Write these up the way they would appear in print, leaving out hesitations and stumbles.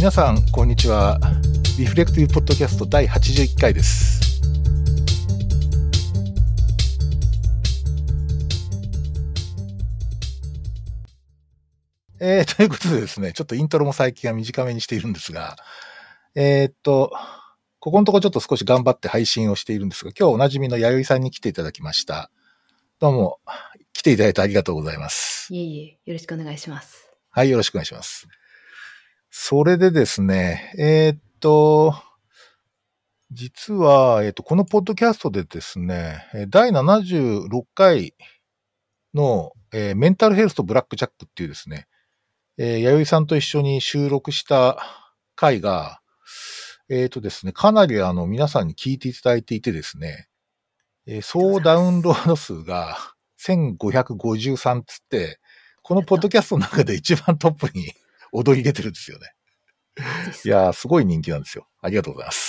皆さんこんにちは。リフレクティブポッドキャスト第81回です。ということでですね、ちょっとイントロも最近は短めにしているんですが、ここのところちょっと少し頑張って配信をしているんですが、今日おなじみの弥生さんに来ていただきました。どうも、来ていただいてありがとうございます。 いえいえ、よろしくお願いします。 はい、よろしくお願いします。それでですね、実は、このポッドキャストでですね、第76回の、メンタルヘルスとブラックジャックっていうですね、弥生さんと一緒に収録した回が、ですね、かなり皆さんに聞いていただいていてですね、総ダウンロード数が1553つって、このポッドキャストの中で一番トップに躍り出てるんですよね。いやー、すごい人気なんですよ。ありがとうございます。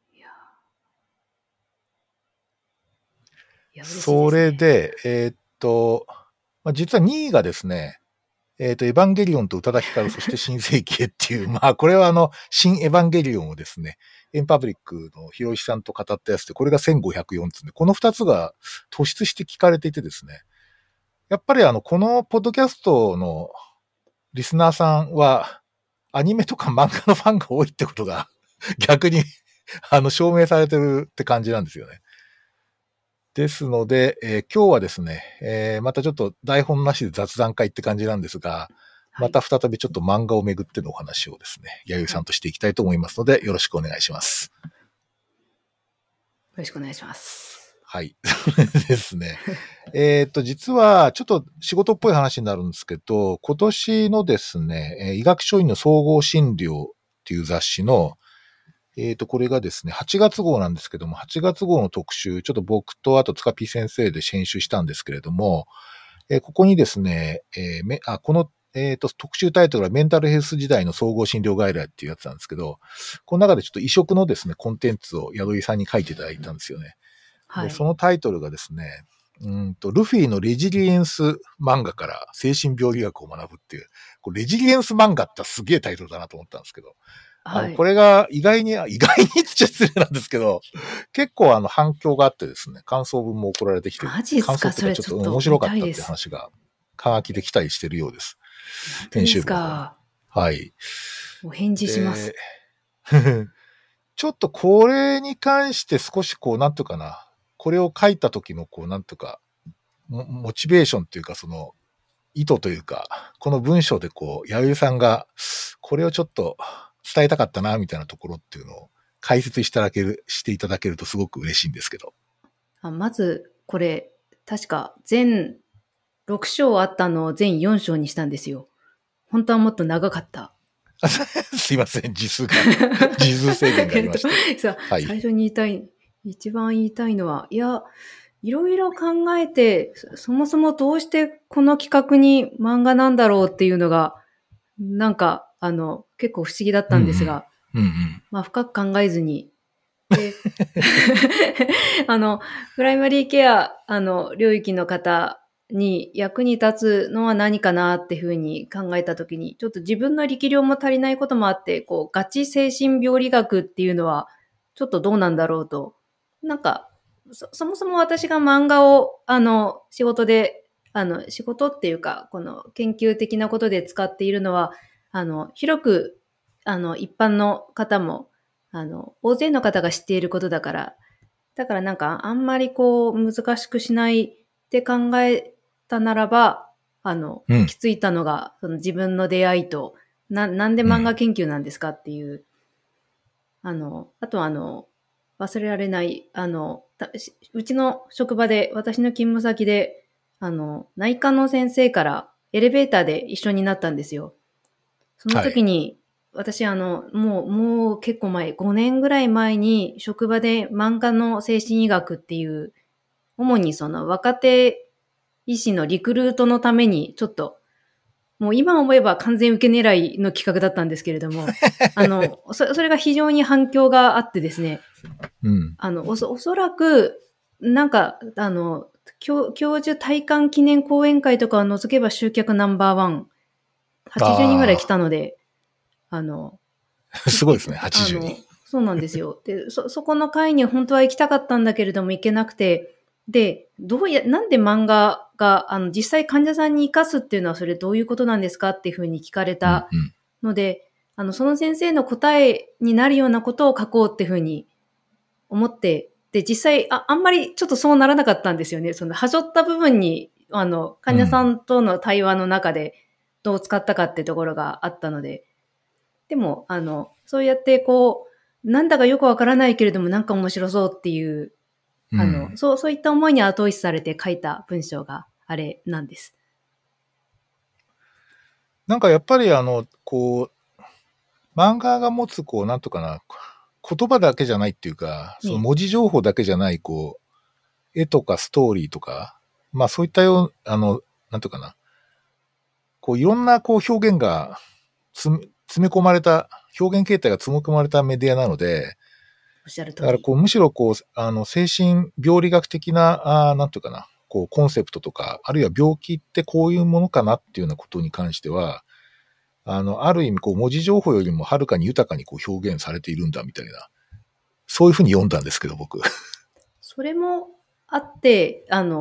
それで、実は2位がですね、エヴァンゲリオンと宇多田ヒカル、そして新世紀へっていう、まあ、これは新エヴァンゲリオンをですね、エンパブリックのひろしさんと語ったやつで、これが1504つんで、この2つが突出して聞かれていてですね、やっぱりこのポッドキャストのリスナーさんは、アニメとか漫画のファンが多いってことが、逆に、証明されてるって感じなんですよね。ですので、今日はですね、またちょっと台本なしで雑談会って感じなんですが、また再びちょっと漫画をめぐってのお話をですね、弥生さんとしていきたいと思いますので、よろしくお願いします。 よろしくお願いします。 はい。それですね。実はちょっと仕事っぽい話になるんですけど、今年のですね、医学書院の総合診療っていう雑誌の、これがですね、8月号なんですけども、8月号の特集、ちょっと僕とあと塚 P 先生で編集したんですけれども、ここにですね、この、特集タイトルはメンタルヘルス時代の総合診療外来っていうやつなんですけど、この中でちょっと異色のですね、コンテンツを宿井さんに書いていただいたんですよね。 はい。 でそのタイトルがですね、ルフィのレジリエンス漫画から精神病理学を学ぶっていう、これレジリエンス漫画ってすげえタイトルだなと思ったんですけど、はい、これが意外にって言っちゃ失礼なんですけど、結構反響があってですね、感想文も送られてきて、 マジっすか？ 感想っていうかちょっと面白かったっていう話が、はがきで来たりしてるようです。 編集部の方に。 はい。 お返事します。 ちょっとこれに関して少しなんとかな、これを書いた時のなんとか、モチベーションというか意図というか、この文章で弥生さんが、これをちょっと伝えたかったな、みたいなところっていうのを解説していただけるとすごく嬉しいんですけど。 まず、これ、確か全6章あったのを全4章にしたんですよ。本当はもっと長かった。 すいません、字数制限がありまして。 はい、最初に一番言いたいのは、いろいろ考えて、そもそもどうしてこの企画に漫画なんだろうっていうのが、なんか、結構不思議だったんですが、まあ、深く考えずに、でプライマリーケア、領域の方に役に立つのは何かなっていうふうに考えたときに、ちょっと自分の力量も足りないこともあって、ガチ精神病理学っていうのは、ちょっとどうなんだろうと。なんか、そもそも私が漫画を、仕事で、仕事っていうか、この研究的なことで使っているのは、広く、一般の方も、大勢の方が知っていることだから、なんかあんまり難しくしないって考えたならば、行き着いたのが、その自分の出会いと、なんで漫画研究なんですかっていう、あと忘れられない、うちの職場で、私の勤務先で、内科の先生からエレベーターで一緒になったんですよ。その時に、私もう結構前、5年ぐらい前に職場で漫画の精神医学っていう、主にその若手医師のリクルートのためにちょっと、もう今思えば完全受け狙いの企画だったんですけれども、それが非常に反響があってですね、おそらく、なんか、教授退官記念講演会とかを除けば集客ナンバー1、80人ぐらい来たので、 すごいですね、80人。 そうなんですよ。で、そこの会に本当は行きたかったんだけれども行けなくて、で、なんで漫画が、実際患者さんに活かすっていうのはそれどういうことなんですかっていうふうに聞かれたので、その先生の答えになるようなことを書こうっていうふうに思って、で、実際、あんまりちょっとそうならなかったんですよね。その、はしょった部分に、患者さんとの対話の中でどう使ったかってところがあったので、でも、そうやってこう、なんだかよくわからないけれどもなんか面白そうっていう、そういった思いに後押しされて書いた文章があれなんです。 なんかやっぱりこう、漫画が持つ、こう、なんとかな、言葉だけじゃないっていうか、その文字情報だけじゃない、こう、絵とかストーリーとか、まあそういったよう、なんとかな、こういろんなこう表現が詰め込まれた、表現形態が詰め込まれたメディアなので、 おっしゃる通り。 だからこうむしろこう、精神病理学的な、なんていうかな、こうコンセプトとか、あるいは病気ってこういうものかなっていうようなことに関しては、ある意味こう文字情報よりもはるかに豊かにこう表現されているんだみたいな、そういうふうに読んだんですけど、僕。 それもあって、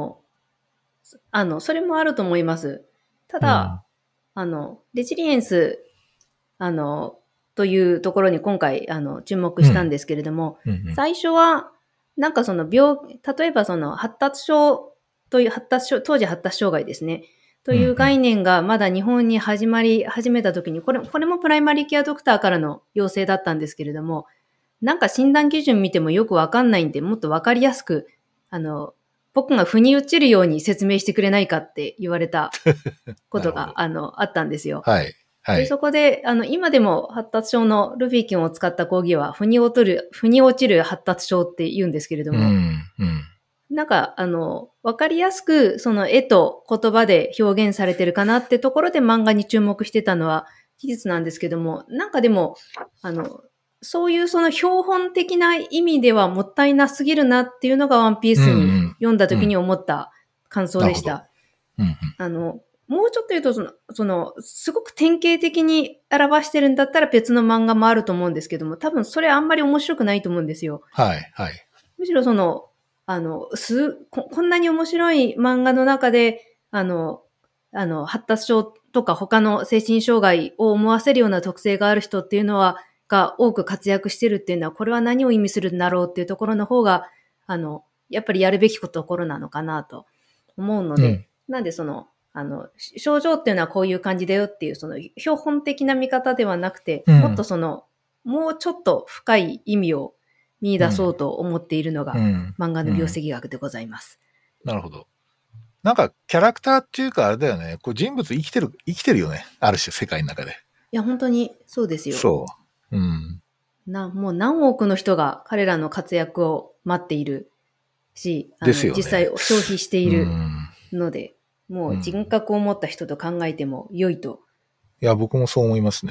それもあると思います。ただ、レジリエンス、というところに今回、注目したんですけれども、最初は、なんかその例えばその発達症という当時発達障害ですね。という概念がまだ日本に始めた時に、これもプライマリーケアドクターからの要請だったんですけれども、なんか診断基準見てもよくわかんないんで、もっとわかりやすく、僕が腑に落ちるように説明してくれないかって言われたことが、あったんですよ。 はい。はい。 でそこで、今でも発達症のルフィキンを使った講義は、腑に落ちる発達症って言うんですけれども、なんか、わかりやすく、その絵と言葉で表現されてるかなってところで漫画に注目してたのは事実なんですけども、なんかでも、そういうその標本的な意味ではもったいなすぎるなっていうのがワンピースに読んだ時に思った感想でした。もうちょっと言うと、すごく典型的に表してるんだったら別の漫画もあると思うんですけども、多分それあんまり面白くないと思うんですよ。 はい、はい。 むしろこんなに面白い漫画の中で、発達症とか他の精神障害を思わせるような特性がある人っていうのは、が多く活躍してるっていうのは、これは何を意味するんだろうっていうところの方が、やっぱりやるべきところなのかなと思うので、なんで症状っていうのはこういう感じだよっていう、その標本的な見方ではなくて、もっともうちょっと深い意味を見出そうと思っているのが、漫画の病跡学でございます。 なるほど。なんか、キャラクターっていうかあれだよね。こう人物生きてるよね。ある種、世界の中で。 いや、本当にそうですよ。 そう。 もう何億の人が彼らの活躍を待っているし、 ですよね、 実際消費しているので、もう人格を持った人と考えても良いと。 いや、僕もそう思いますね。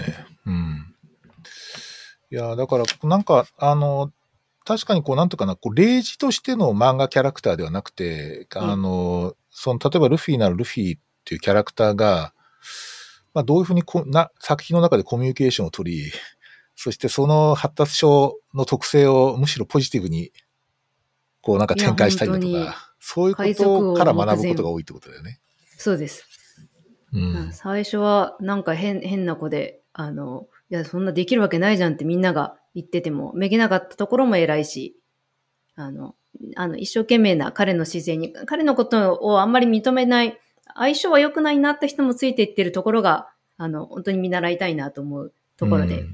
いや、だから、なんか、確かにこう、なんとかな、こう、例示としての漫画キャラクターではなくて、例えばルフィならルフィっていうキャラクターが、まあ、どういうふうに作品の中でコミュニケーションを取り、そしてその発達症の特性をむしろポジティブに、こうなんか展開したりだとか、そういうことから学ぶことが多いってことだよね。 そうです。最初はなんか変な子で、いや、そんなできるわけないじゃんってみんなが言ってても、めげなかったところも偉いし、一生懸命な彼の姿勢に、彼のことをあんまり認めない、相性は良くないなって人もついていってるところが、本当に見習いたいなと思うところで、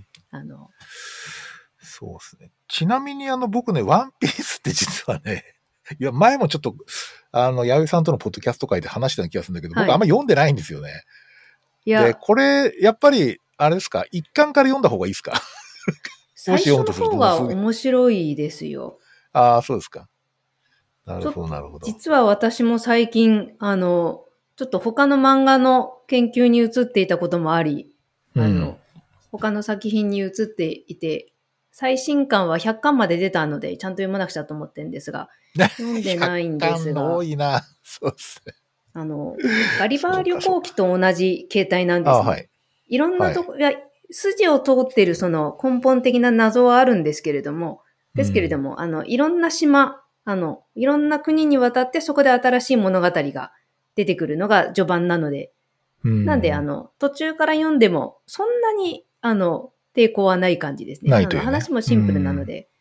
そうですね。ちなみに僕ね、ワンピースって実はね、いや、前もちょっと、弥生さんとのポッドキャスト会で話したような気がするんだけど、僕あんま読んでないんですよね。で、これ、やっぱり、あれですか、一巻から読んだ方がいいですか？ 最初の方が面白いですよ。 ああ、そうですか。なるほど、なるほど。 実は私も最近、ちょっと他の漫画の研究に移っていたこともあり、他の作品に移っていて、最新巻は100巻まで出たので、ちゃんと読まなくちゃと思ってるんですが、読んでないんですが。 多いな。そうですね。 ガリバー旅行記と同じ形態なんですね。いろんなとこ、 筋を通っているその根本的な謎はあるんですけれども、いろんな島、いろんな国にわたってそこで新しい物語が出てくるのが序盤なので、なんで、途中から読んでも、そんなに、抵抗はない感じですね。 ないというね。 話もシンプルなので。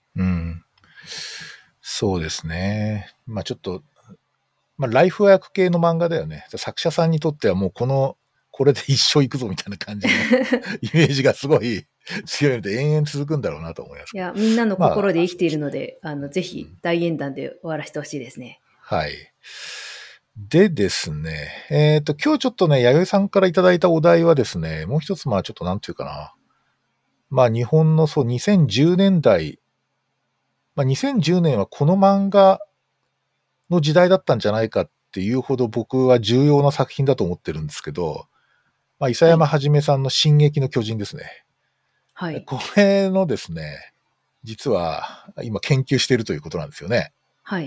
そうですね。まあちょっと、まあライフワーク系の漫画だよね。作者さんにとってはもうこれで一生いくぞみたいな感じのイメージがすごい強いので延々続くんだろうなと思います。 いや、みんなの心で生きているので、ぜひ大演談で終わらせてほしいですね。 はい。でですね、今日ちょっとね、弥生さんからいただいたお題はですね、もう一つちょっとなんていうかな。日本の2010年代、2010年はこの漫画の時代だったんじゃないかっていうほど僕は重要な作品だと思ってるんですけど、伊佐山はじめさんの進撃の巨人ですね。 はい。 これのですね、実は今研究しているということなんですよね。 はい。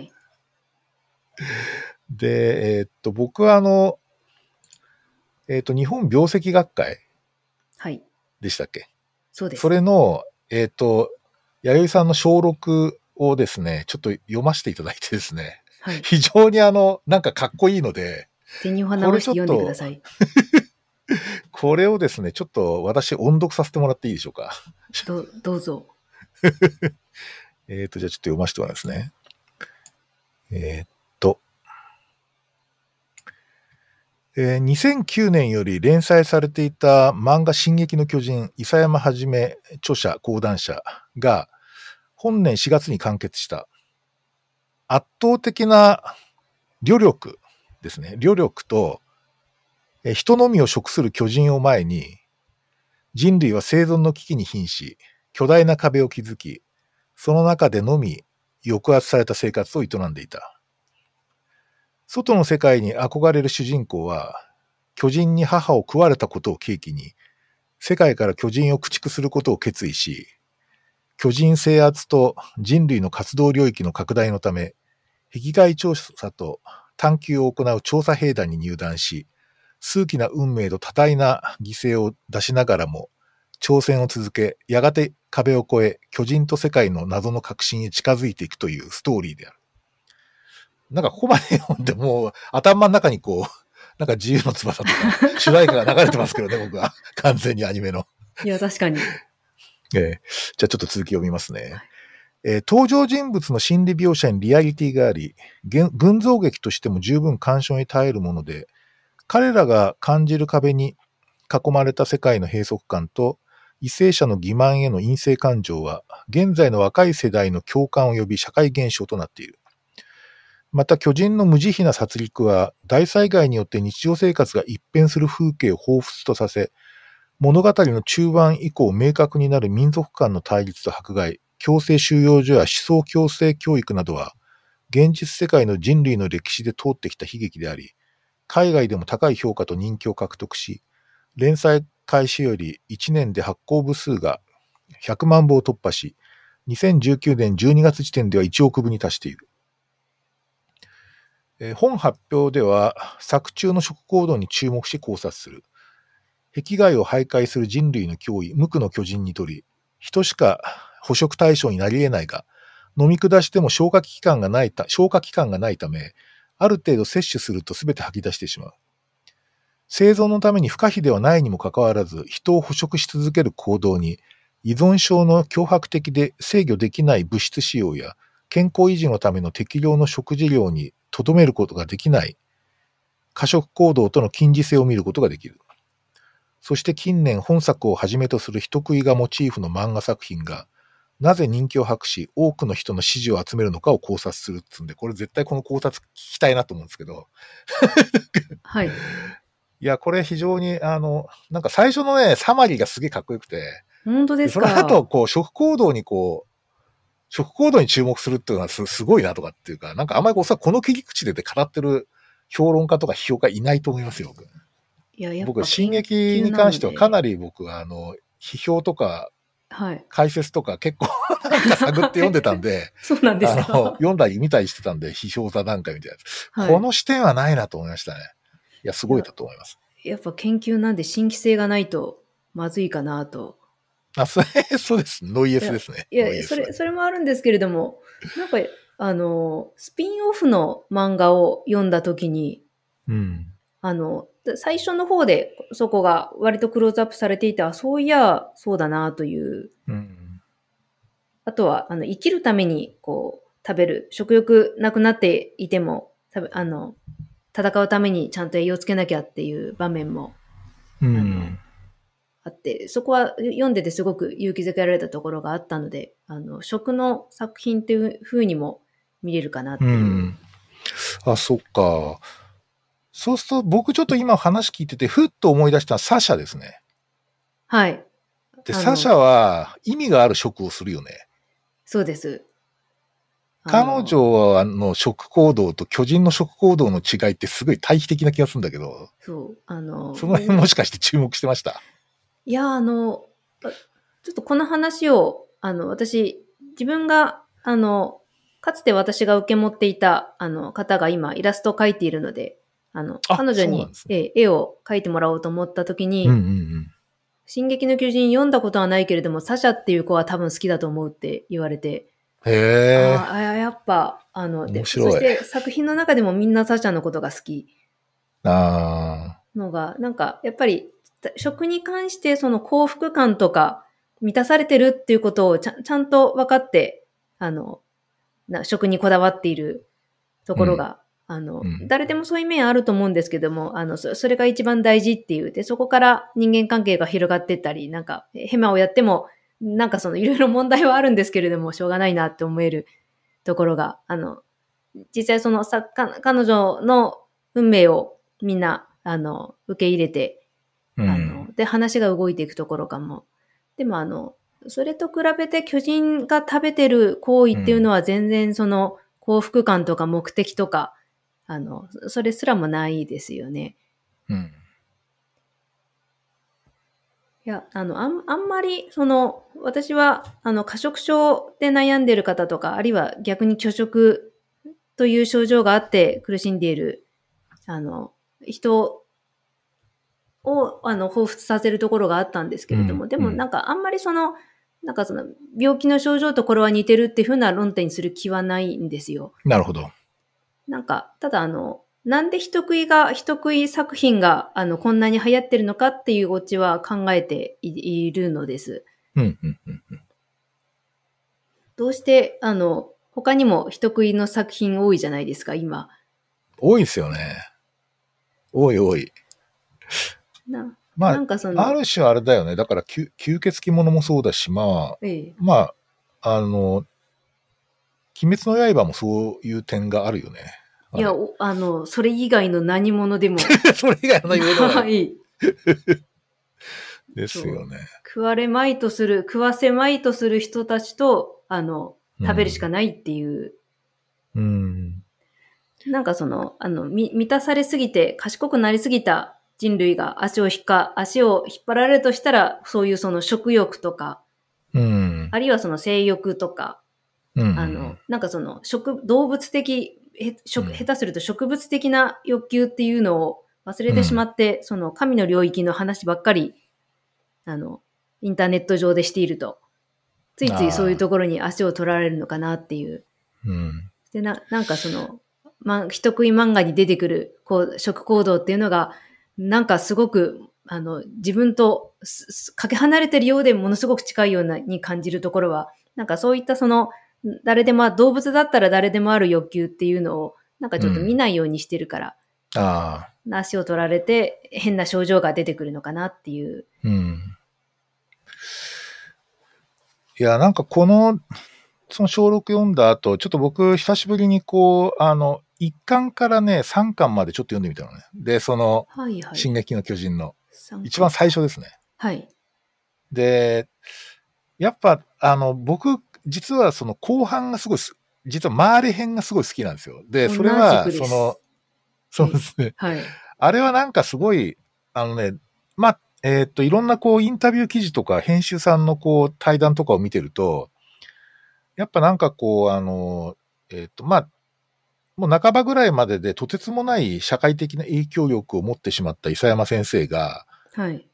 で、僕は日本病石学会でしたっけ？ そうです。 それの、弥生さんの小録をですね、ちょっと読ませていただいてですね、 はい、 非常になんかかっこいいので、 手にお花をして読んでください。 これをですね、ちょっと私音読させてもらっていいでしょうか。 どうぞ。 じゃあちょっと読ませてもらいますね。2009年より連載されていた漫画進撃の巨人、伊佐山はじめ著者、講談社が本年4月に完結した圧倒的な旅力ですね。旅力と人のみを食する巨人を前に人類は生存の危機に瀕し、巨大な壁を築き、その中でのみ抑圧された生活を営んでいた。外の世界に憧れる主人公は、巨人に母を食われたことを契機に、世界から巨人を駆逐することを決意し、巨人制圧と人類の活動領域の拡大のため、壁外調査と探求を行う調査兵団に入団し、数奇な運命と多大な犠牲を出しながらも、挑戦を続け、やがて壁を越え、巨人と世界の謎の核心へ近づいていくというストーリーである。なんかここまで読んでもう頭の中になんか自由の翼とか主題歌が流れてますけどね、僕は。完全にアニメの。 いや、確かに。 じゃあちょっと続き読みますね。登場人物の心理描写にリアリティがあり、群像劇としても十分鑑賞に耐えるもので、彼らが感じる壁に囲まれた世界の閉塞感と、為政者の欺瞞への陰性感情は、現在の若い世代の共感を呼び社会現象となっている。また巨人の無慈悲な殺戮は大災害によって日常生活が一変する風景を彷彿とさせ、物語の中盤以降明確になる民族間の対立と迫害、強制収容所や思想強制教育などは、現実世界の人類の歴史で通ってきた悲劇であり、海外でも高い評価と人気を獲得し、連載開始より1年で発行部数が100万部を突破し、2019年12月時点では1億部に達している。本発表では作中の食行動に注目し考察する。壁外を徘徊する人類の脅威、無垢の巨人にとり、人しか捕食対象になり得ないが、飲み下しても消化器官がないため、ある程度摂取すると全て吐き出してしまう。生存のために不可避ではないにもかかわらず、人を捕食し続ける行動に、依存症の脅迫的で制御できない物質使用や、健康維持のための適量の食事量に留めることができない過食行動との近似性を見ることができる。そして近年本作をはじめとする人食いがモチーフの漫画作品がなぜ人気を博し多くの人の支持を集めるのかを考察するっつうんで、これ絶対この考察聞きたいなと思うんですけど。 はい。 いや、これ非常になんか最初のね、サマリーがすげえかっこよくて。 本当ですか。 その後、食行動に注目するっていうのはすごいなとかっていうか、なんかあんまりこの切り口で語ってる評論家とか批評家いないと思いますよ。 いや、やっぱ僕、進撃に関してはかなり僕は批評とか、解説とか結構なんか探って読んでたんで、 そうなんですか。 読んだり見たりしてたんで、批評座談会みたいなやつ。この視点はないなと思いましたね。いや、すごいだと思います。 やっぱ研究なんで新規性がないとまずいかなと。 あ、そうです。ノイエスですね。 いや、 ノイエス。 それもあるんですけれども、なんか、スピンオフの漫画を読んだときに、 うん。 最初の方でそこが割とクローズアップされていた、そういや、そうだなという。 うん。 あとは、生きるために、食べる。食欲なくなっていても、戦うためにちゃんと栄養つけなきゃっていう場面も、 うん。 あって、そこは読んでてすごく勇気づけられたところがあったので、食の作品っていう風にも見れるかなっていう。 うん。あ、そっか。そうすると、僕ちょっと今話聞いてて、ふっと思い出したサシャですね。 はい。 で、サシャは意味がある食をするよね。 そうです。 彼女は食行動と巨人の食行動の違いってすごい対比的な気がするんだけど、 そう、 その辺もしかして注目してました？ いや、ちょっとこの話を、私、自分が、かつて私が受け持っていた、方が今イラストを描いているので、 あ、 彼女に、 そうなんですね。 絵を描いてもらおうと思った時に、 うんうんうん。 進撃の巨人読んだことはないけれども、サシャっていう子は多分好きだと思うって言われて、 へえ。 やっぱ、そ面白い。 して作品の中でもみんなサシャのことが好きああ。 のが、なんか、やっぱり、食に関してその幸福感とか満たされてるっていうことをちゃんと分かって、食にこだわっているところが、誰でもそういう面あると思うんですけども、それが一番大事っていう。で、そこから人間関係が広がっていったり、なんか、ヘマをやっても、なんかいろいろ問題はあるんですけれども、しょうがないなって思えるところが、実際彼女の運命をみんな、受け入れて、で、話が動いていくところかも。でもそれと比べて巨人が食べてる行為っていうのは全然幸福感とか目的とか、それすらもないですよね。 うん。 いや、あんまり、私は、過食症で悩んでいる方とか、あるいは逆に拒食という症状があって苦しんでいる、人を、彷彿させるところがあったんですけれども、でもなんかあんまり病気の症状とこれは似てるっていう風な論点にする気はないんですよ。 なるほど。 なんか、ただなんで人食い作品が、こんなに流行ってるのかっていうオチは考えているのです。どうして、他にも人食いの作品多いじゃないですか、今。 多いですよね。多い多い。まあ、ある種あれだよね。だから吸血鬼ものもそうだし、まあ、鬼滅の刃もそういう点があるよね。 いや、それ以外の何者でも。 それ以外の何者でもない。 はい。 ですよね。 食わせまいとする人たちと、食べるしかないっていう。なんか満たされすぎて、賢くなりすぎた人類が足を引っ張られるとしたら、そういう食欲とか、あるいは性欲とか、なんか動物的、下手すると植物的な欲求っていうのを忘れてしまって、神の領域の話ばっかり、インターネット上でしていると、ついついそういうところに足を取られるのかなっていう。で、なんか人食い漫画に出てくる、食行動っていうのが、なんかすごく、自分とかけ離れてるようでものすごく近いように感じるところは、なんかそういった誰でも、動物だったら誰でもある欲求っていうのを、なんかちょっと見ないようにしてるから、足を取られて変な症状が出てくるのかなっていう。 いや、なんかその小6読んだ後、ちょっと僕、久しぶりに1巻からね、3巻までちょっと読んでみたのね。で、進撃の巨人の、一番最初ですね。 はい。 で、やっぱ、僕、実は後半がすごい、実は周り編がすごい好きなんですよ。で、それは、そうですね。 はい。 あれはなんかすごい、いろんなインタビュー記事とか、編集さんの対談とかを見てると、やっぱなんかもう半ばぐらいまででとてつもない社会的な影響力を持ってしまった諫山先生が、 はい。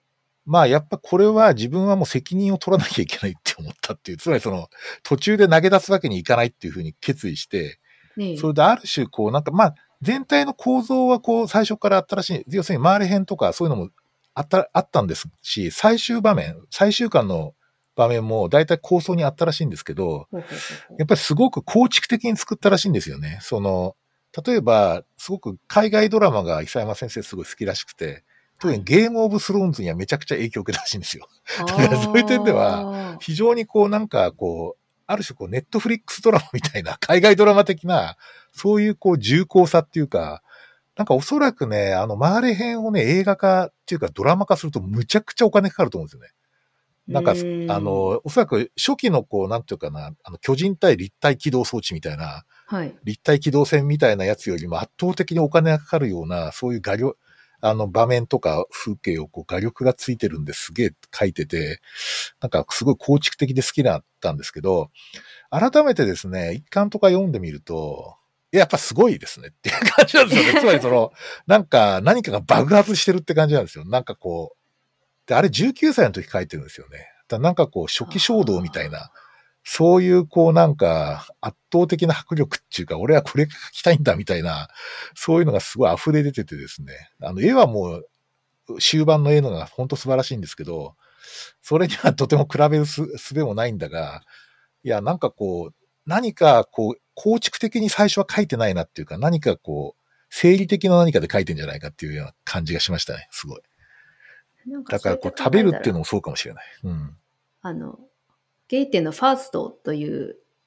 まあやっぱこれは自分はもう責任を取らなきゃいけないって思ったっていう、つまりその途中で投げ出すわけにいかないっていうふうに決意して、それである種こうなんかまあ全体の構造はこう最初から新しい、要するに回れ編とかそういうのもあったんですし、最終巻の場面も大体構想にあったらしいんですけど、やっぱりすごく構築的に作ったらしいんですよね。例えば、すごく海外ドラマが諫山先生すごい好きらしくて、特にゲームオブスローンズにはめちゃくちゃ影響を受けたらしいんですよ。だからそういう点では、非常にこうなんかこう、ある種こうネットフリックスドラマみたいな、海外ドラマ的な、そういうこう重厚さっていうか、なんかおそらくね、マーレ編をね、映画化っていうかドラマ化するとむちゃくちゃお金かかると思うんですよね。なんか、おそらく初期のこう、なんていうかな、巨人対立体起動装置みたいな、 はい。 立体起動船みたいなやつよりも圧倒的にお金がかかるような、そういう場面とか風景をこう画力がついてるんですげえ描いてて、なんかすごい構築的で好きだったんですけど、改めてですね、一巻とか読んでみると、やっぱすごいですねっていう感じなんですよね。つまりなんか何かが爆発してるって感じなんですよ。なんかこう、で、あれ19歳の時書いてるんですよね。なんかこう初期衝動みたいな、そういうこうなんか圧倒的な迫力っていうか、俺はこれ書きたいんだみたいな、そういうのがすごい溢れ出ててですね。絵はもう終盤の絵のが本当素晴らしいんですけど、それにはとても比べる術もないんだが、いや、なんかこう、何かこう、構築的に最初は書いてないなっていうか、何かこう、生理的な何かで書いてんじゃないかっていうような感じがしましたね、すごい。 なんかだからこう、 そうやって考食べるえたら、 っていうのもそうかもしれない。うん。 ゲイテのファーストという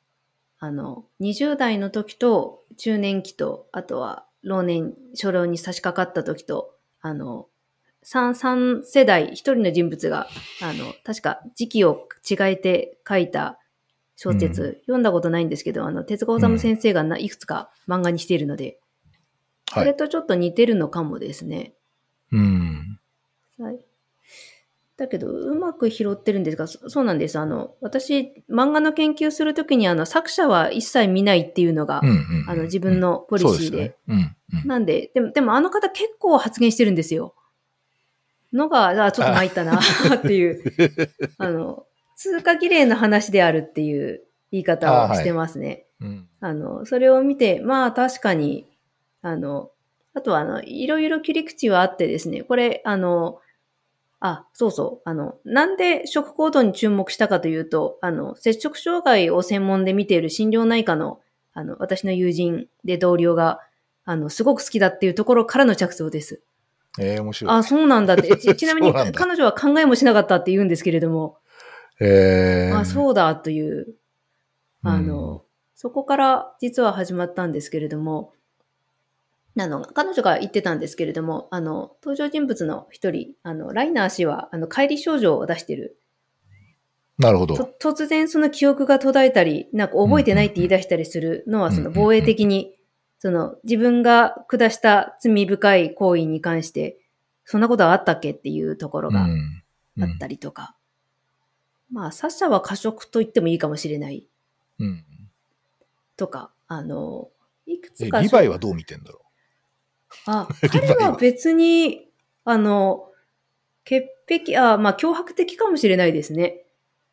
、20代の時と中年期と、あとは老年、初老に差し掛かった時と、3世代、一人の人物が、確か時期を違えて書いた小説、読んだことないんですけど、手塚治虫先生がいくつか漫画にしているので、それとちょっと似てるのかもですね。はい。だけど、うまく拾ってるんですが、そうなんです。私、漫画の研究するときに、作者は一切見ないっていうのが、自分のポリシーで。なんで、でもあの方結構発言してるんですよ。のが、ちょっと参ったなっていう、通過儀礼の話であるっていう言い方をしてますね。それを見て、まあ確かに、あとはいろいろ切り口はあってですね、これ、そうそう。なんで食行動に注目したかというと、摂食障害を専門で見ている心療内科の、私の友人で同僚が、すごく好きだっていうところからの着想です。 面白い。 そうなんだって。ちなみに彼女は考えもしなかったって言うんですけれども、そうだという、そこから実は始まったんですけれども、彼女が言ってたんですけれども、登場人物の一人、ライナー氏は、乖離症状を出してる。 なるほど。 突然その記憶が途絶えたり、なんか覚えてないって言い出したりするのは、その防衛的に、自分が下した罪深い行為に関して、そんなことはあったっけっていうところがあったりとか。まあ、サッシャは過食と言ってもいいかもしれない。とか、いくつか。 リヴァイはどう見てんだろう。 彼は別に、潔癖、まあ、脅迫的かもしれないですね。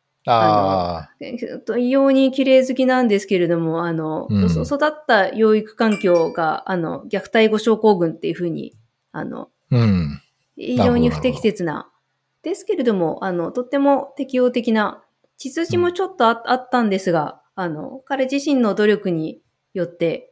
異様に綺麗好きなんですけれども、育った養育環境が、虐待後症候群っていうふうに、非常に不適切な、ですけれども、とっても適応的な、血筋もちょっとあったんですが、彼自身の努力によって、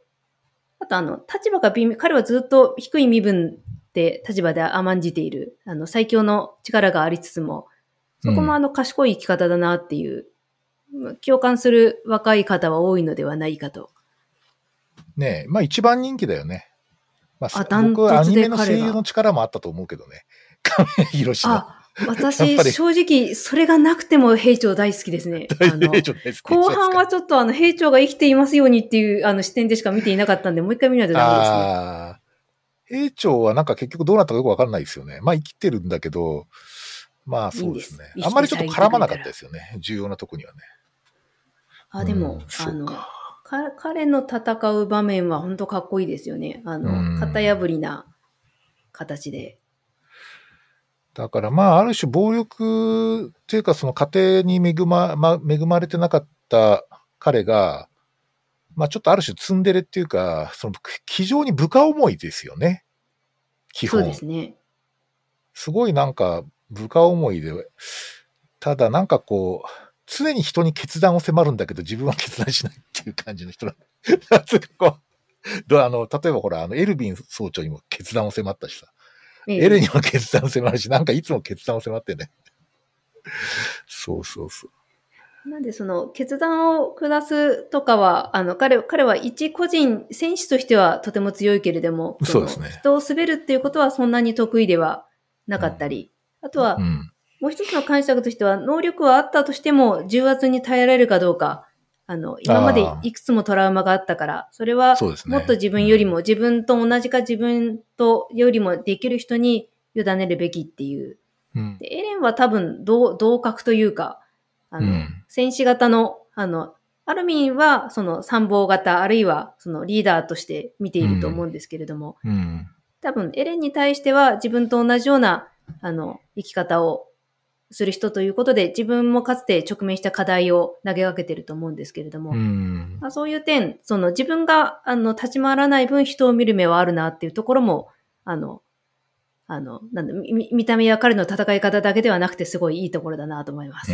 あと立場が彼はずっと低い身分で立場で甘んじている、最強の力がありつつも、そこも賢い生き方だなっていう、共感する若い方は多いのではないかと。 ねえ、まあ一番人気だよね。まあ、 僕はアニメの声優の力もあったと思うけどね。亀井宏の。 私、正直、それがなくても兵長大好きですね。後半はちょっと兵長が生きていますようにっていう視点でしか見ていなかったんで、もう一回見ないとダメですね。 兵長はなんか結局どうなったかよくわかんないですよね。まあ生きてるんだけど、まあそうですね。あんまりちょっと絡まなかったですよね。重要なとこにはね。 でも、彼の戦う場面は本当かっこいいですよね。型破りな形で。 だからまあ、ある種暴力っていうか、その家庭に恵まれてなかった彼が、まあちょっとある種ツンデレっていうか、その非常に部下思いですよね。基そう本。 ですね。 すごいなんか部下思いで、ただなんかこう、常に人に決断を迫るんだけど自分は決断しないっていう感じの人なんですかこう例えばほら、エルヴィン総長にも決断を迫ったしさ、エレンにも決断を迫るし、なんかいつも決断を迫ってね。そうそうそう。 なんでその決断を下すとかは、彼は一個人、選手としてはとても強いけれども、 そうですね。 人を滑るっていうことはそんなに得意ではなかったり、あとは、もう一つの解釈としては、能力はあったとしても重圧に耐えられるかどうか、今までいくつもトラウマがあったから、それはもっと自分よりも、自分と同じか自分とよりもできる人に委ねるべきっていう。でエレンは多分同格というか、戦士型の、アルミンはその参謀型、あるいはそのリーダーとして見ていると思うんですけれども、多分エレンに対しては自分と同じような、生き方をする人ということで、自分もかつて直面した課題を投げかけてると思うんですけれども、まあ、そういう点、その自分が立ち回らない分人を見る目はあるなっていうところも、見た目や彼の戦い方だけではなくてすごいいいところだなと思います。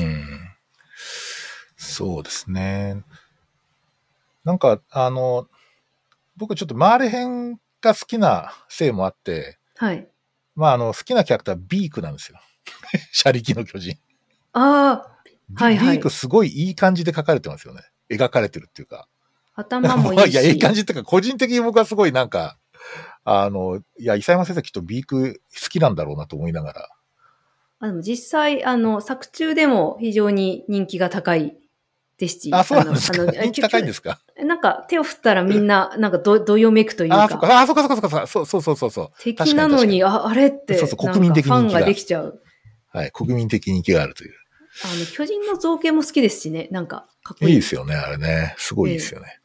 そうですね。なんか、僕ちょっとマーレ編が好きなせいもあって、 はい。 まあ好きなキャラクターはビークなんですよ。車力の巨人。 ああ、はいはい。 ビークすごいいい感じで描かれてますよね。描かれてるっていうか。 頭もいいし。 いや、いい感じっていうか、個人的に僕はすごいなんか、いや、伊佐山先生きっとビーク好きなんだろうなと思いながら。 でも実際、作中でも非常に人気が高いですし。 あ、そうなんですか。人気高いんですか。 なんか手を振ったらみんな、なんかどよめくというか。 そっか、そっか。そう。 敵なのに、あれって、 そう国民的人気が。 ファンができちゃう。 はい、国民的人気があるという。 巨人の造形も好きですしね。なんか、かっこいい。 いいですよね、あれね。すごいですよね。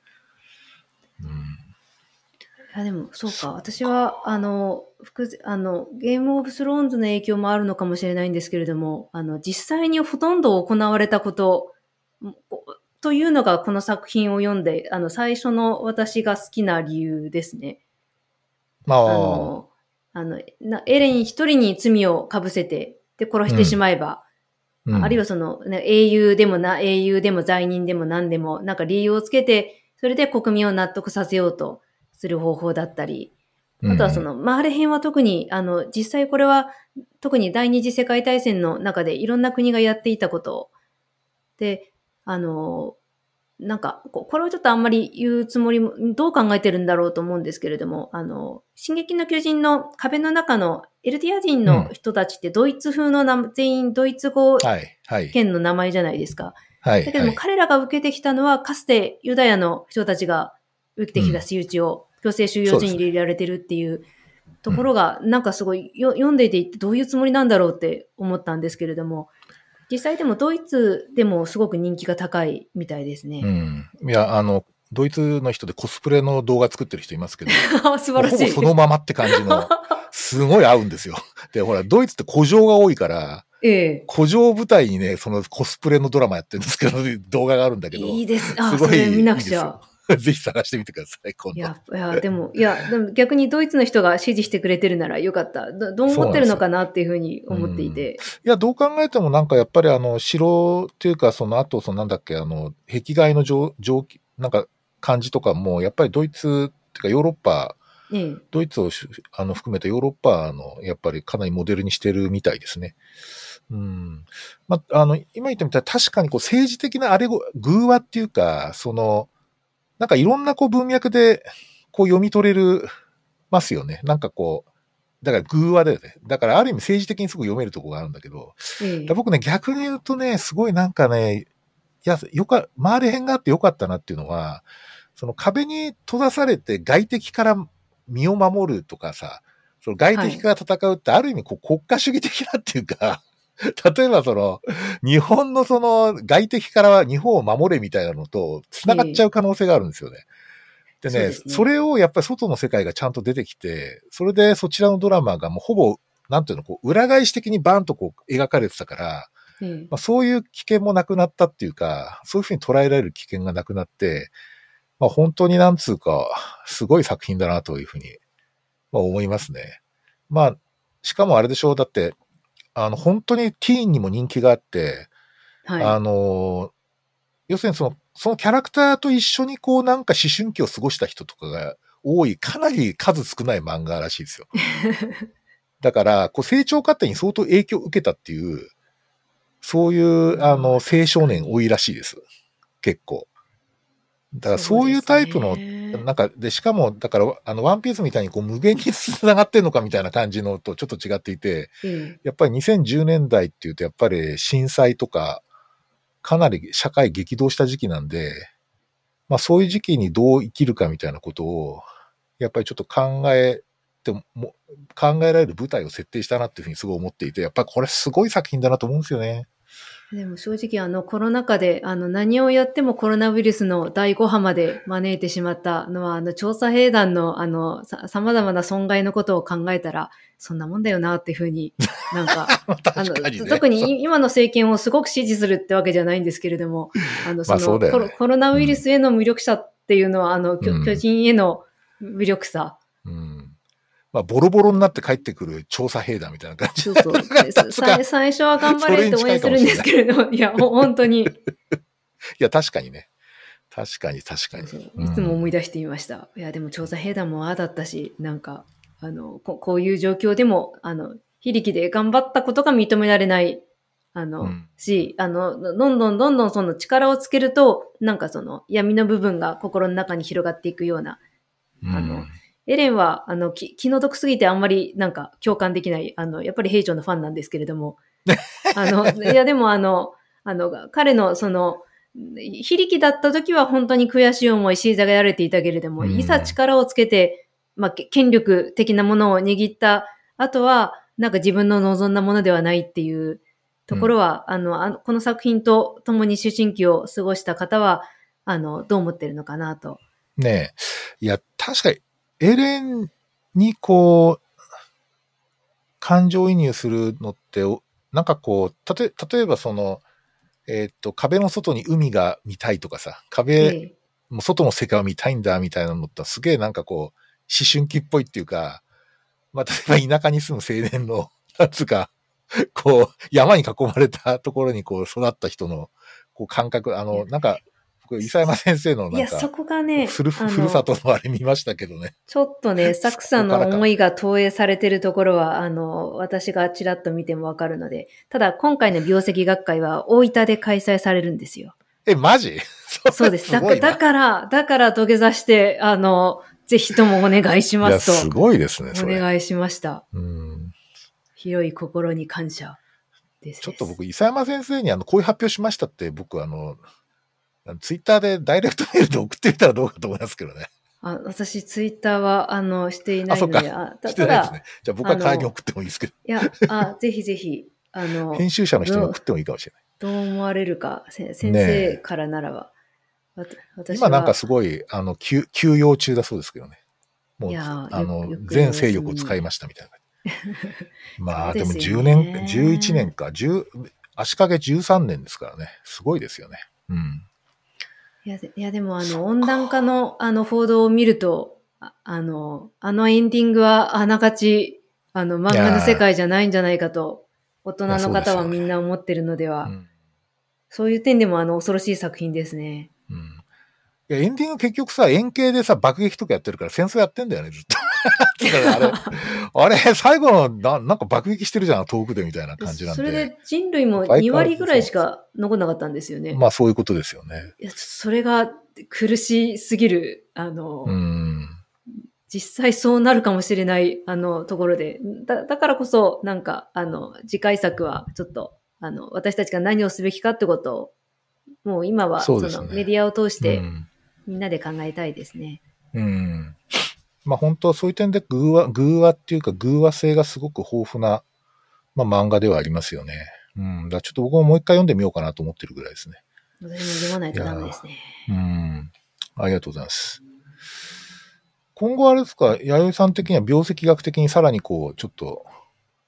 いや、でも、そうか。私は、ゲームオブスローンズの影響もあるのかもしれないんですけれども、実際にほとんど行われたことというのがこの作品を読んで、最初の私が好きな理由ですね。エレン一人に罪をかぶせて、で、殺してしまえば、あるいはその、英雄でも罪人でも何でも、なんか理由をつけて、それで国民を納得させようとする方法だったり、あとはその、マーレ編は特に、実際これは、特に第二次世界大戦の中でいろんな国がやっていたことで、なんか、これをちょっとあんまり言うつもりも、どう考えてるんだろうと思うんですけれども、進撃の巨人の壁の中のエルディア人の人たちってドイツ風の全員ドイツ語圏の名前じゃないですか。だけども彼らが受けてきたのは、かつてユダヤの人たちが受けてきた仕打ちを強制収容所に入れられてるっていうところが、なんかすごい読んでいてどういうつもりなんだろうって思ったんですけれども、実際でもドイツでもすごく人気が高いみたいですね。 いや、ドイツの人でコスプレの動画作ってる人いますけど、 素晴らしい。 ほぼそのままって感じの、すごい合うんですよ。で、ほら、ドイツって古城が多いから、古城舞台にね、そのコスプレのドラマやってるんですけど、動画があるんだけど。 いいです。 すごい見なくちゃ。 ぜひ探してみてください、今度。 いや、でも逆にドイツの人が支持してくれてるならよかった。どう思ってるのかなっていうふうに思っていて。 いや、どう考えてもなんかやっぱり城っていうか、その後、なんだっけ、壁外のなんか感じとかも、やっぱりドイツっていうかヨーロッパ、ドイツを含めたヨーロッパの、やっぱりかなりモデルにしてるみたいですね。ま、今言ってみたら確かにこう政治的な偶話っていうか、なんかいろんなこう文脈でこう読み取れますよね。なんかこう、だから偶話だよね。だからある意味政治的にすぐ読めるところがあるんだけど、僕ね、逆に言うとね、すごいなんかね、周り辺があってよかったなっていうのは、その壁に閉ざされて外敵から身を守るとかさ、その外敵から戦うってある意味こう国家主義的なっていうか、例えば日本の外敵からは日本を守れみたいなのと繋がっちゃう可能性があるんですよね。でね、それをやっぱり外の世界がちゃんと出てきて、それでそちらのドラマがもうほぼなんていうの、こう、裏返し的にバーンとこう、描かれてたから、まあ、そういう危険もなくなったっていうか、そういうふうに捉えられる危険がなくなって、まあ、本当になんつうか、すごい作品だなというふうに、まあ、思いますね。まあ、しかもあれでしょう、だって、本当にティーンにも人気があって、 はい。 要するにそのキャラクターと一緒にこうなんか思春期を過ごした人とかが多い、かなり数少ない漫画らしいですよ。だから、こう成長過程に相当影響を受けたっていう、そういう、 ああ、 青少確かに。 年多いらしいです。結構。だからそういうそうですタイプの、 ね。 なんか、で、しかも、だから、ワンピースみたいにこう無限に繋がってんのかみたいな感じのとちょっと違っていて、 ええ。 やっぱり2010年代っていうと、やっぱり震災とか、かなり社会激動した時期なんで、まあそういう時期にどう生きるかみたいなことを、やっぱりちょっと考えられる舞台を設定したなっていうふうにすごい思っていて、やっぱりこれすごい作品だなと思うんですよね。 でも正直コロナ禍で何をやってもコロナウイルスの第5波まで招いてしまったのは調査兵団の様々な損害のことを考えたらそんなもんだよなっていうふうになんか確かにね。 特に今の政権をすごく支持するってわけじゃないんですけれども、 まあそうだよね。 コロナウイルスへの無力さっていうのは巨うん。 人への無力さ。 うん。まあボロボロになって帰ってくる調査兵団みたいな感じ。 そうそう。で、最初は頑張れって応それに近い援するんでかもしれない。 すけれども、いや、本当に。 いや、確かにね。確かに確かに。 そうそう。 ういつも思いん。 出していました。いや、でも調査兵団もああだったし、なんか、こういう状況でも、非力で頑張ったことが認められない、 うん。 どんどんその力をつけると、なんかその闇の部分が心の中に広がっていくような、あの、 うん。 エレンは、気の毒すぎてあんまりなんか共感できない、やっぱり兵長のファンなんですけれども、いやでも彼のその、非力だった時は本当に悔しい思い、虐げられていたけれども、 ういざん。 力をつけて、まあ、権力的なものを握った後は、なんか自分の望んだものではないっていうところは、この作品と共に思春期を過ごした方は、どう思ってるのかなと。 ねえ。いや、確かに、エレンにこう、感情移入するのって、なんかこう、例えばその、壁の外に海が見たいとかさ、壁、 ええ。 もう外の世界を見たいんだみたいなのってすげえなんかこう、思春期っぽいっていうか、まあ、例えば田舎に住む青年の、なんつうか、こう、山に囲まれたところにこう育った人の、こう感覚、 いや、 なんか、僕、伊佐山先生のいや、そなんか、 こがね、 ふるさとのあれ見ましたけどね。 ちょっとね、サそクさんこからか。 の思いが投影されてるところは、私がちらっと見てもわかるので、ただ今回の病石学会は大分で開催されるんですよ。 え、マジそれそうです。 すごいな。 だから土下座して、ぜひともお願いしいや、 ますと、 すごいですね、それ。 お願いしました。 うん。 広い心に感謝ですです。 ちょっと僕、伊佐山先生にこういう発表しましたって、僕ツイッターでダイレクトメールで送ってみたらどうかと思いますけどね。 私、ツイッターは、していあ、そっか。 ないので、 してないですね。 ただ、 じゃあ僕は代わりにあの、 送ってもいいですけど。 ぜひぜひ、 編集者の人に送ってもいいかもしれない。 どう思われるか、先ね生え。 からならば、 今なんか私は、 すごい、休養中だそうですけどね。もう、 いやゆっくりお全勢休みに。 力を使いましたみたいな。まあ、でもそうですよ 10年、11年ね。 か、足掛け13年ですからね。すごいですよね。うん。 いやでもそっ温暖化か。 の報道を見ると、あのエンディングはあながち、 い漫画の世や界じゃないんじゃないかと、大いや、 人のそうですよね。 方はみんな思ってるのでは、 うん。 そういう点でも恐ろしい作品ですね。 うん。いや、エンディング結局さ、円形でさ、爆撃とかやってるから戦争やってんだよね、ずっと。つかあれ、最後のなんか爆撃してるじゃん、遠くでみたいな感じなんそれで。 で人類も2 相変わら割ぐらいしずそうなんですか残んなかったんですよよ。 ね。 まあそういうことですよね。 いや、それが苦しすぎる、 うん。 実際そうなるかもしれない、ところで、だからこそ、なんか、次回作は、ちょっと、私たちが何をすべきかってことを、もう今は、 そうですね。 そのメディアを通して、 うん。 みんなで考えたいですね。 うん。まあ本当はそういう点で偶話っていうか偶話性がすごく豊富な、まあ漫画ではありますよね。うん。だからちょっと僕ももう一回読んでみようかなと思ってるぐらいですね。 私も読まないといやダメですね。 ー、うん。ありがとうございます。今後あれですか、弥生さん的には病石学的にさらにこう、ちょっと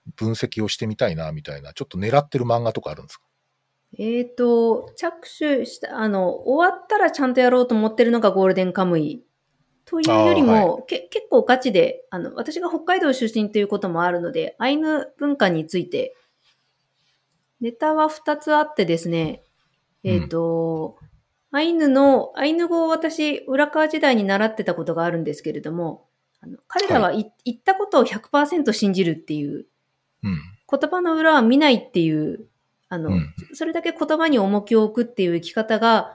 分析をしてみたいな、みたいな、ちょっと狙ってる漫画とかあるんですか？ 着手した、終わったらちゃんとやろうと思ってるのがゴールデンカムイというよりも、結構ガチで、私が北海道出身ということもあるので、アイヌ文化について、ネタは2つあってですね、アイヌ語を私、浦川時代に習ってたことがあるんですけれども、彼らは言ったことを 100% 信じるっていう、 うん。 言葉の裏は見ないっていう、 うんそれだけ言葉に重きを置くっていう生き方が、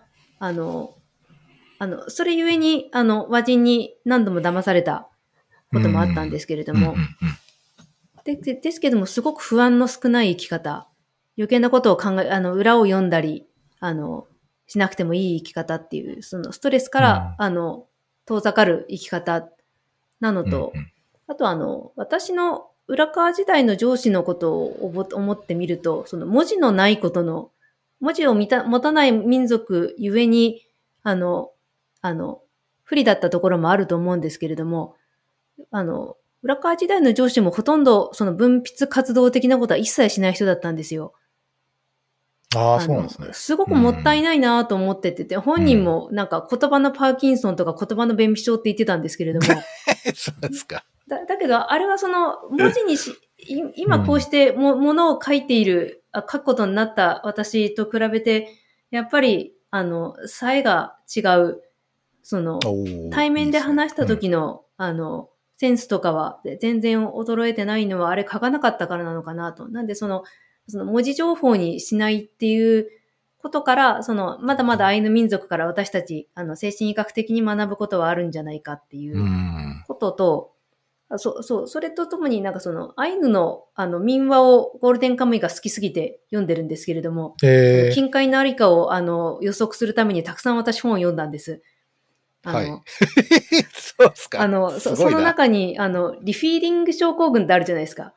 それゆえに、和人に何度も騙されたこともあったんですけれども、ですけども、すごく不安の少ない生き方、余計なことを考え、裏を読んだり、しなくてもいい生き方っていう、そのストレスから、遠ざかる生き方なのと、あと私の浦川時代の上司のことを思ってみると、その文字のないことの、文字を持たない民族ゆえに、不利だったところもあると思うんですけれども、浦川時代の上司もほとんどその文筆活動的なことは一切しない人だったんですよ。 ああ、そうなんですね。 すごくもったいないなと思ってて、本人もなんか言葉のパーキンソンとか言葉の便秘症って言ってたんですけれども。 そうですか。 だけど、あれはその文字に今こうしてものを書いている、書くことになった私と比べて、やっぱり、差異が違う、その、対面で話した時の、センスとかは全然衰えてないのはあれ書かなかったからなのかなと。なんでその文字情報にしないっていうことから、まだまだアイヌ民族から私たち、精神医学的に学ぶことはあるんじゃないかっていうことと、それとともになんかアイヌの民話をゴールデンカムイが好きすぎて読んでるんですけれども、近海のありかを予測するためにたくさん私本を読んだんです。 はい。そうですか。 その中に、リフィーリング症候群ってあるじゃないですか。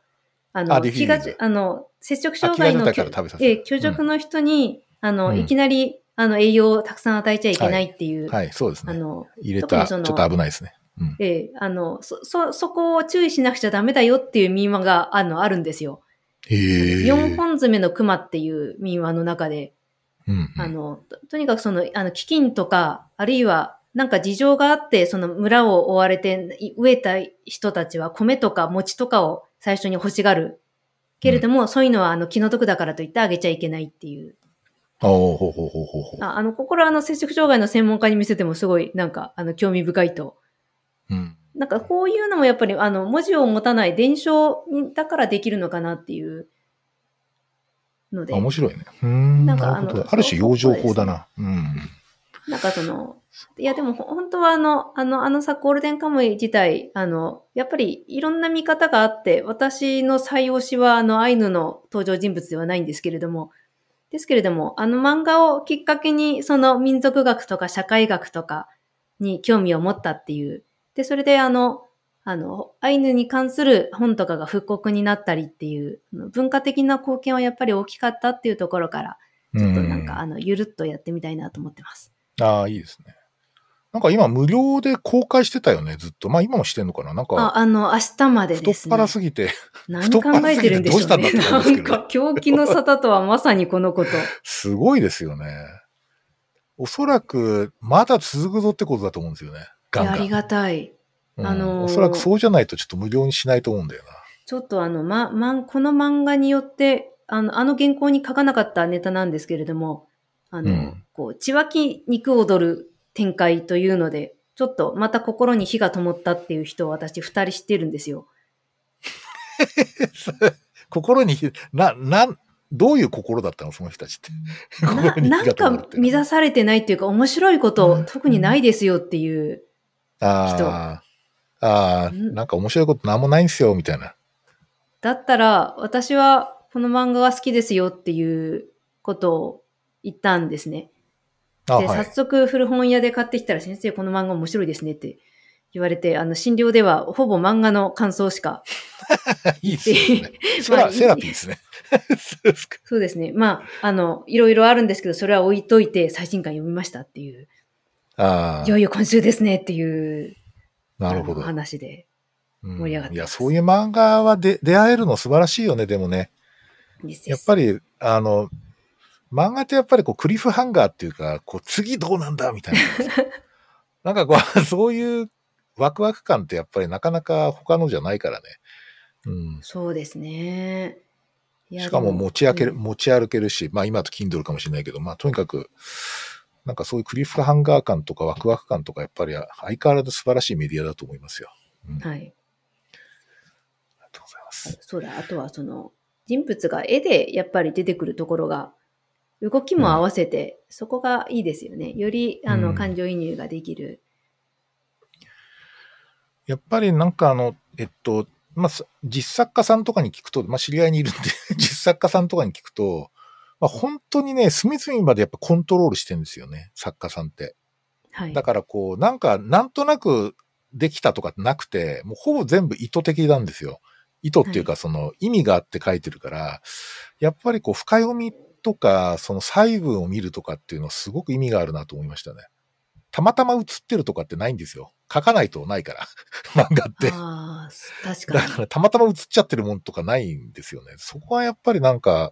摂食障害の虚弱の人に、いきなり、栄養をたくさん与えちゃいけないっていう。 はい、そうですね。入れた、ちょっと危ないですね。 そこを注意しなくちゃダメだよっていう民話が、あるんですよ。4本爪の熊っていう民話の中で、とにかく飢饉とか、あるいは、なんか事情があって、その村を追われて飢えた人たちは米とか餅とかを最初に欲しがる。けれども、そういうのは気の毒だからといってあげちゃいけないっていう。ここら摂食障害の専門家に見せてもすごいなんか興味深いと。なんかこういうのもやっぱり文字を持たない伝承だからできるのかなっていうので。 面白いね。なんかある種養生法だな。 なんかいやでも本当はさ、ゴールデンカムイ自体、やっぱりいろんな見方があって、私の最推しはアイヌの登場人物ではないんですけれども、漫画をきっかけにその民族学とか社会学とかに興味を持ったっていう。で、それでアイヌに関する本とかが復刻になったりっていう、文化的な貢献はやっぱり大きかったっていうところから、ちょっとなんかゆるっとやってみたいなと思ってます。 ああ、いいですね。なんか今無料で公開してたよね、ずっと。まあ今もしてんのかななんか。 明日までですね。 太っ腹すぎて。 何考えてるんでしょうね。どうしたんだって感じですけど。なんか狂気の沙汰とはまさにこのこと。 すごいですよね。おそらく、まだ続くぞってことだと思うんですよね。ガンガン。 ありがたい。 おそらくそうじゃないとちょっと無料にしないと思うんだよな。 ちょっとこの漫画によって、原稿に書かなかったネタなんですけれども、血湧き肉踊る展開というので、ちょっとまた心に火が灯ったっていう人を私2人知ってるんですよ。 心にどういう心だったのその人たちって。 なんか乱されてないっていうか面白いこと特にないですよっていう人。 なんか面白いことなんもないんですよ、みたいな。 だったら、私はこの漫画が好きですよっていうことを言ったんですね。で、早速古本屋で買ってきたら、先生この漫画面白いですねって言われて、診療ではほぼ漫画の感想しか。 いいですね。セラピーですね。 そうですね。まあ、いろいろあるんですけど、それは置いといて最新刊読みましたっていう。いよいよ今週ですねっていう。 なるほど。 話で。 盛り上がっいや、 てます。 そういう漫画は出会えるの素晴らしいよね、でもね。 ですです。 やっぱり、漫画ってやっぱりこうクリフハンガーっていうか、こう次どうなんだみたいなとかさ。なんかこう、そういうワクワク感ってやっぱりなかなか他のじゃないからね。うん。 そうですね。いや、 しかもでも、 持ち歩けるし、まあ今と Kindle かもしれないけど、まあとにかく、なんかそういうクリフハンガー感とかワクワク感とかやっぱり相変わらず素晴らしいメディアだと思いますよ。うん。ありはい。 がとうございます。 そうだ、あとはその、人物が絵でやっぱり出てくるところが、動きも合わせて、そこがいいですよね。より、感情移入ができる。 やっぱりなんかまあ、実作家さんとかに聞くと、まあ知り合いにいるんで実作家さんとかに聞くと、まあ本当にね、隅々までやっぱコントロールしてるんですよね、作家さんって。 はい。 だからこう、なんとなくできたとかなくて、もうほぼ全部意図的なんですよ。意図っていうかその意味があって書いてるから、やっぱりこう深読みとか、その細部を見るとかっていうのはすごく意味があるなと思いましたね。たまたま映ってるとかってないんですよ。書かないとないから、漫画って。 ああ、確かに。 だからたまたま映っちゃってるもんとかないんですよね。そこはやっぱりなんか、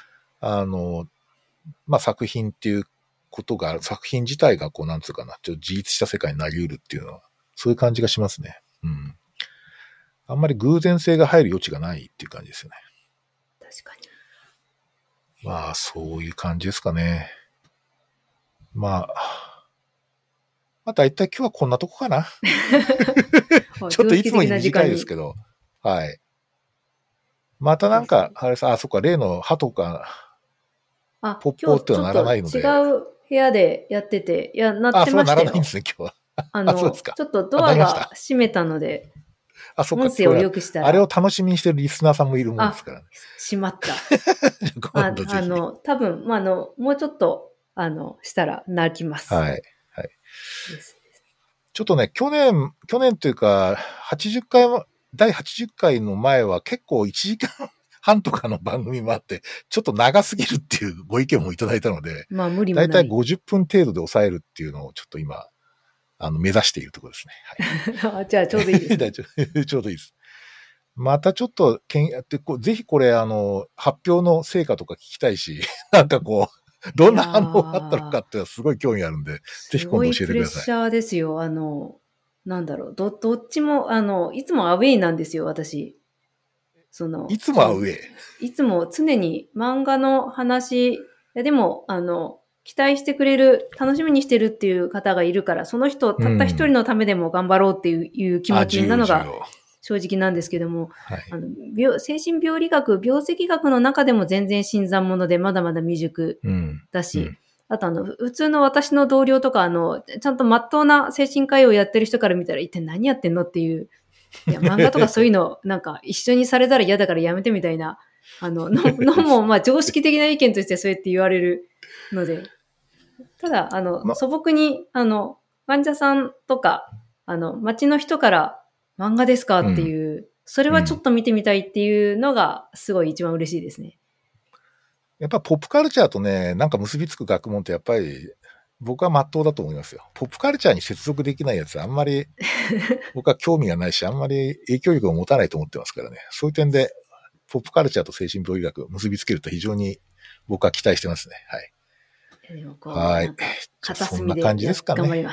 まあ、作品っていうことが、作品自体がこう、なんつうかな、ちょっと自立した世界になり得るっていうのは、そういう感じがしますね。うん。あんまり偶然性が入る余地がないっていう感じですよね。 確かに。 まあ、そういう感じですかね。まあ、まあ、大体今日はこんなとこかな。ちょっといつもより短いですけど。はい。またなんか、あれさ、あ、そっか、例の歯とか、 あ、 ポッポー今日ってはならちょっと違ないので。 う部屋でやってて、いや、なっあ、 てそれはましたよ。 ならないんですね、今日は。あ、そうですか。 ちょっとあ、 ドアなりました。 が閉めたので、 あ、そっか、 音声を今日は、 良くしたあれをら、 楽しみにしてるリスナーさんもいるもんですあ、 からね。 しまった。 今度ぜひ。 多分、もうちょっと、したら泣きます。 はい。はい。 です。 ちょっとね、去年というか、80回も、第80回の前は結構1時間半とかの番組もあって、ちょっと長すぎるっていうご意見もいただいたので、 まあ、無理だいたいもない。 50分程度で抑えるっていうのをちょっと今、目指しているところですね。 じゃあ、ちょうどいいではい。 すね。 ちょうどいいです。またちょっとぜひこれ、発表の成果とか聞きたいし、なんかこう、どいやんな反応があったのかー、 っていうのはすごい興味あるんで、ぜひす今度ごいプレッ教えてください。 シャーですよ。なんだろう、どっちも、いつもアウェイなんですよ、私。 いつもは上。 いつも常に漫画の話、いやでも、期待してくれる、楽しみにしてるっていう方がいるから、その人、 うたった一人ん。 のためでも頑張ろうっていう気持ちなのが重要。 正直なんですけども、 はい。 精神病理学、病跡学の中でも全然新参者でまだまだ未熟うん。 だし、 うん。 あと普通の私の同僚とか、ちゃんと真っ当な精神科医をやってる人から見たら、一体何やってんのっていう、いや、漫画とかそういうの、なんか一緒にされたら嫌だからやめてみたいな、のも、まあ常識的な意見としてそうやって言われるので、ただ、 ま、 素朴に、患者さんとか、街の人から漫画ですかってうん。 いう、それうん。 はちょっと見てみたいっていうのが、すごい一番嬉しいですね。 やっぱポップカルチャーとね、なんか結びつく学問ってやっぱり、僕は真っ当だと思いますよ。ポップカルチャーに接続できないやつあんまり僕は興味がないし、あんまり影響力を持たないと思ってますからね。そういう点で、ポップカルチャーと精神病医学を結びつけると非常に僕は期待してますね。はい。 でもはい。 なんか、 じゃあ片そんな感隅でじですかね。 頑張ります。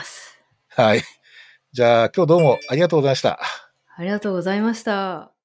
はい。じゃあ今日どうもありがとうございました。 ありがとうございました。